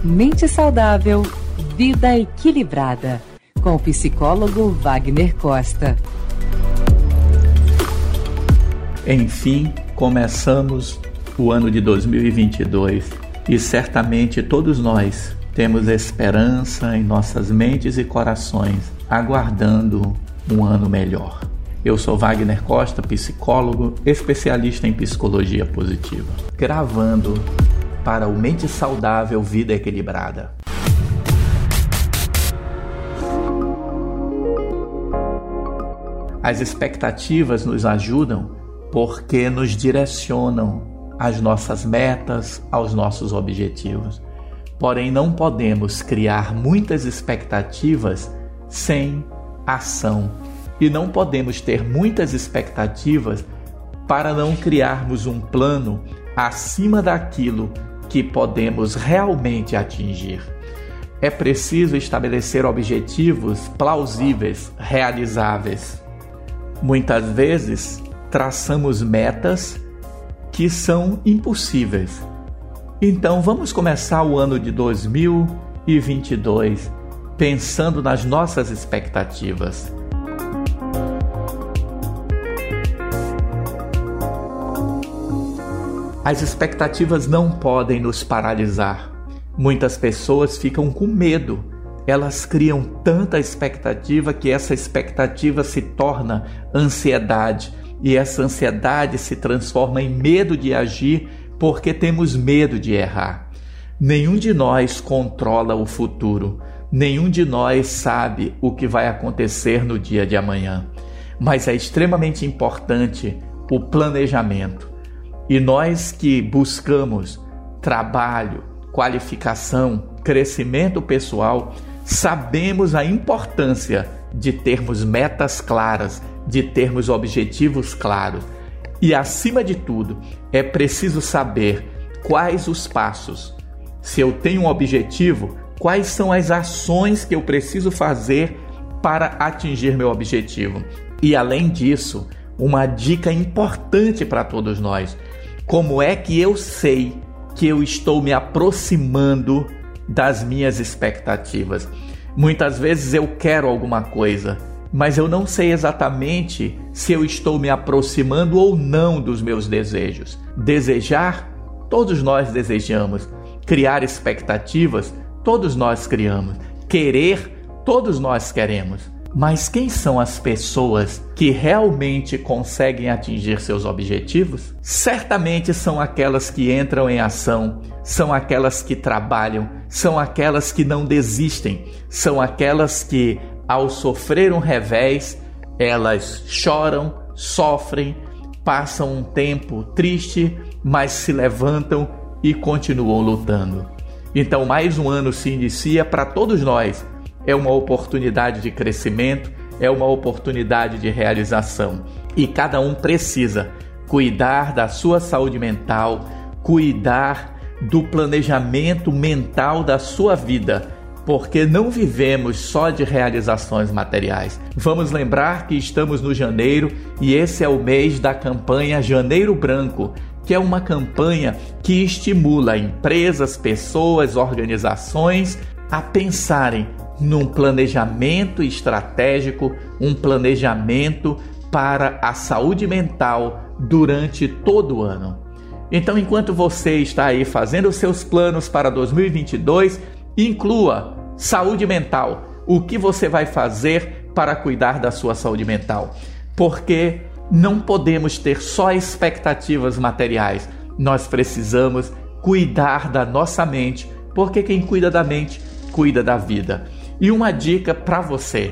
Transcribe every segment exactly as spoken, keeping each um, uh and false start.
Mente saudável, vida equilibrada, com o psicólogo Wagner Costa. Enfim, começamos o ano de dois mil e vinte e dois e certamente todos nós temos esperança em nossas mentes e corações, aguardando um ano melhor. Eu sou Wagner Costa, psicólogo, especialista em psicologia positiva, gravando para o Mente Saudável, Vida Equilibrada. As expectativas nos ajudam porque nos direcionam às nossas metas, aos nossos objetivos. Porém, não podemos criar muitas expectativas sem ação. E não podemos ter muitas expectativas para não criarmos um plano acima daquilo que podemos realmente atingir. É preciso estabelecer objetivos plausíveis, realizáveis. Muitas vezes, traçamos metas que são impossíveis. Então, vamos começar o ano de dois mil e vinte e dois pensando nas nossas expectativas. As expectativas não podem nos paralisar. Muitas pessoas ficam com medo. Elas criam tanta expectativa que essa expectativa se torna ansiedade. E essa ansiedade se transforma em medo de agir porque temos medo de errar. Nenhum de nós controla o futuro. Nenhum de nós sabe o que vai acontecer no dia de amanhã. Mas é extremamente importante o planejamento. E nós que buscamos trabalho, qualificação, crescimento pessoal, sabemos a importância de termos metas claras, de termos objetivos claros. E, acima de tudo, é preciso saber quais os passos. Se eu tenho um objetivo, quais são as ações que eu preciso fazer para atingir meu objetivo. E, além disso, uma dica importante para todos nós. Como é que eu sei que eu estou me aproximando das minhas expectativas? Muitas vezes eu quero alguma coisa, mas eu não sei exatamente se eu estou me aproximando ou não dos meus desejos. Desejar, todos nós desejamos. Criar expectativas, todos nós criamos. Querer, todos nós queremos. Mas quem são as pessoas que realmente conseguem atingir seus objetivos? Certamente são aquelas que entram em ação, são aquelas que trabalham, são aquelas que não desistem, são aquelas que, ao sofrer um revés, elas choram, sofrem, passam um tempo triste, mas se levantam e continuam lutando. Então, mais um ano se inicia para todos nós. É uma oportunidade de crescimento, é uma oportunidade de realização. E cada um precisa cuidar da sua saúde mental, cuidar do planejamento mental da sua vida, porque não vivemos só de realizações materiais. Vamos lembrar que estamos no janeiro e esse é o mês da campanha Janeiro Branco, que é uma campanha que estimula empresas, pessoas, organizações a pensarem num planejamento estratégico, um planejamento para a saúde mental durante todo o ano. Então, enquanto você está aí fazendo os seus planos para dois mil e vinte e dois, inclua saúde mental. O que você vai fazer para cuidar da sua saúde mental? Porque não podemos ter só expectativas materiais. Nós precisamos cuidar da nossa mente, porque quem cuida da mente, cuida da vida. E uma dica para você: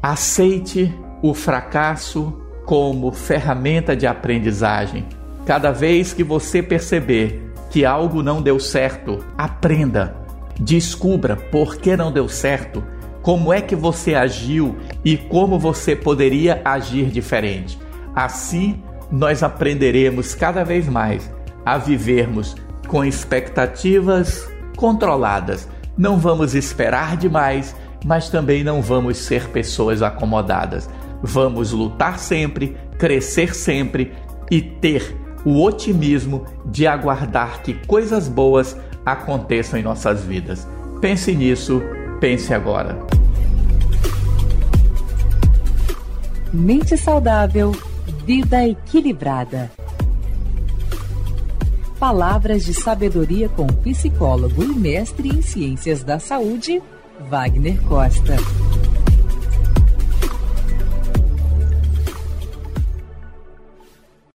aceite o fracasso como ferramenta de aprendizagem. Cada vez que você perceber que algo não deu certo, aprenda, descubra por que não deu certo, como é que você agiu e como você poderia agir diferente. Assim, nós aprenderemos cada vez mais a vivermos com expectativas controladas. Não vamos esperar demais, mas também não vamos ser pessoas acomodadas. Vamos lutar sempre, crescer sempre e ter o otimismo de aguardar que coisas boas aconteçam em nossas vidas. Pense nisso, pense agora. Mente saudável, vida equilibrada. Palavras de sabedoria com o psicólogo e mestre em ciências da saúde, Wagner Costa.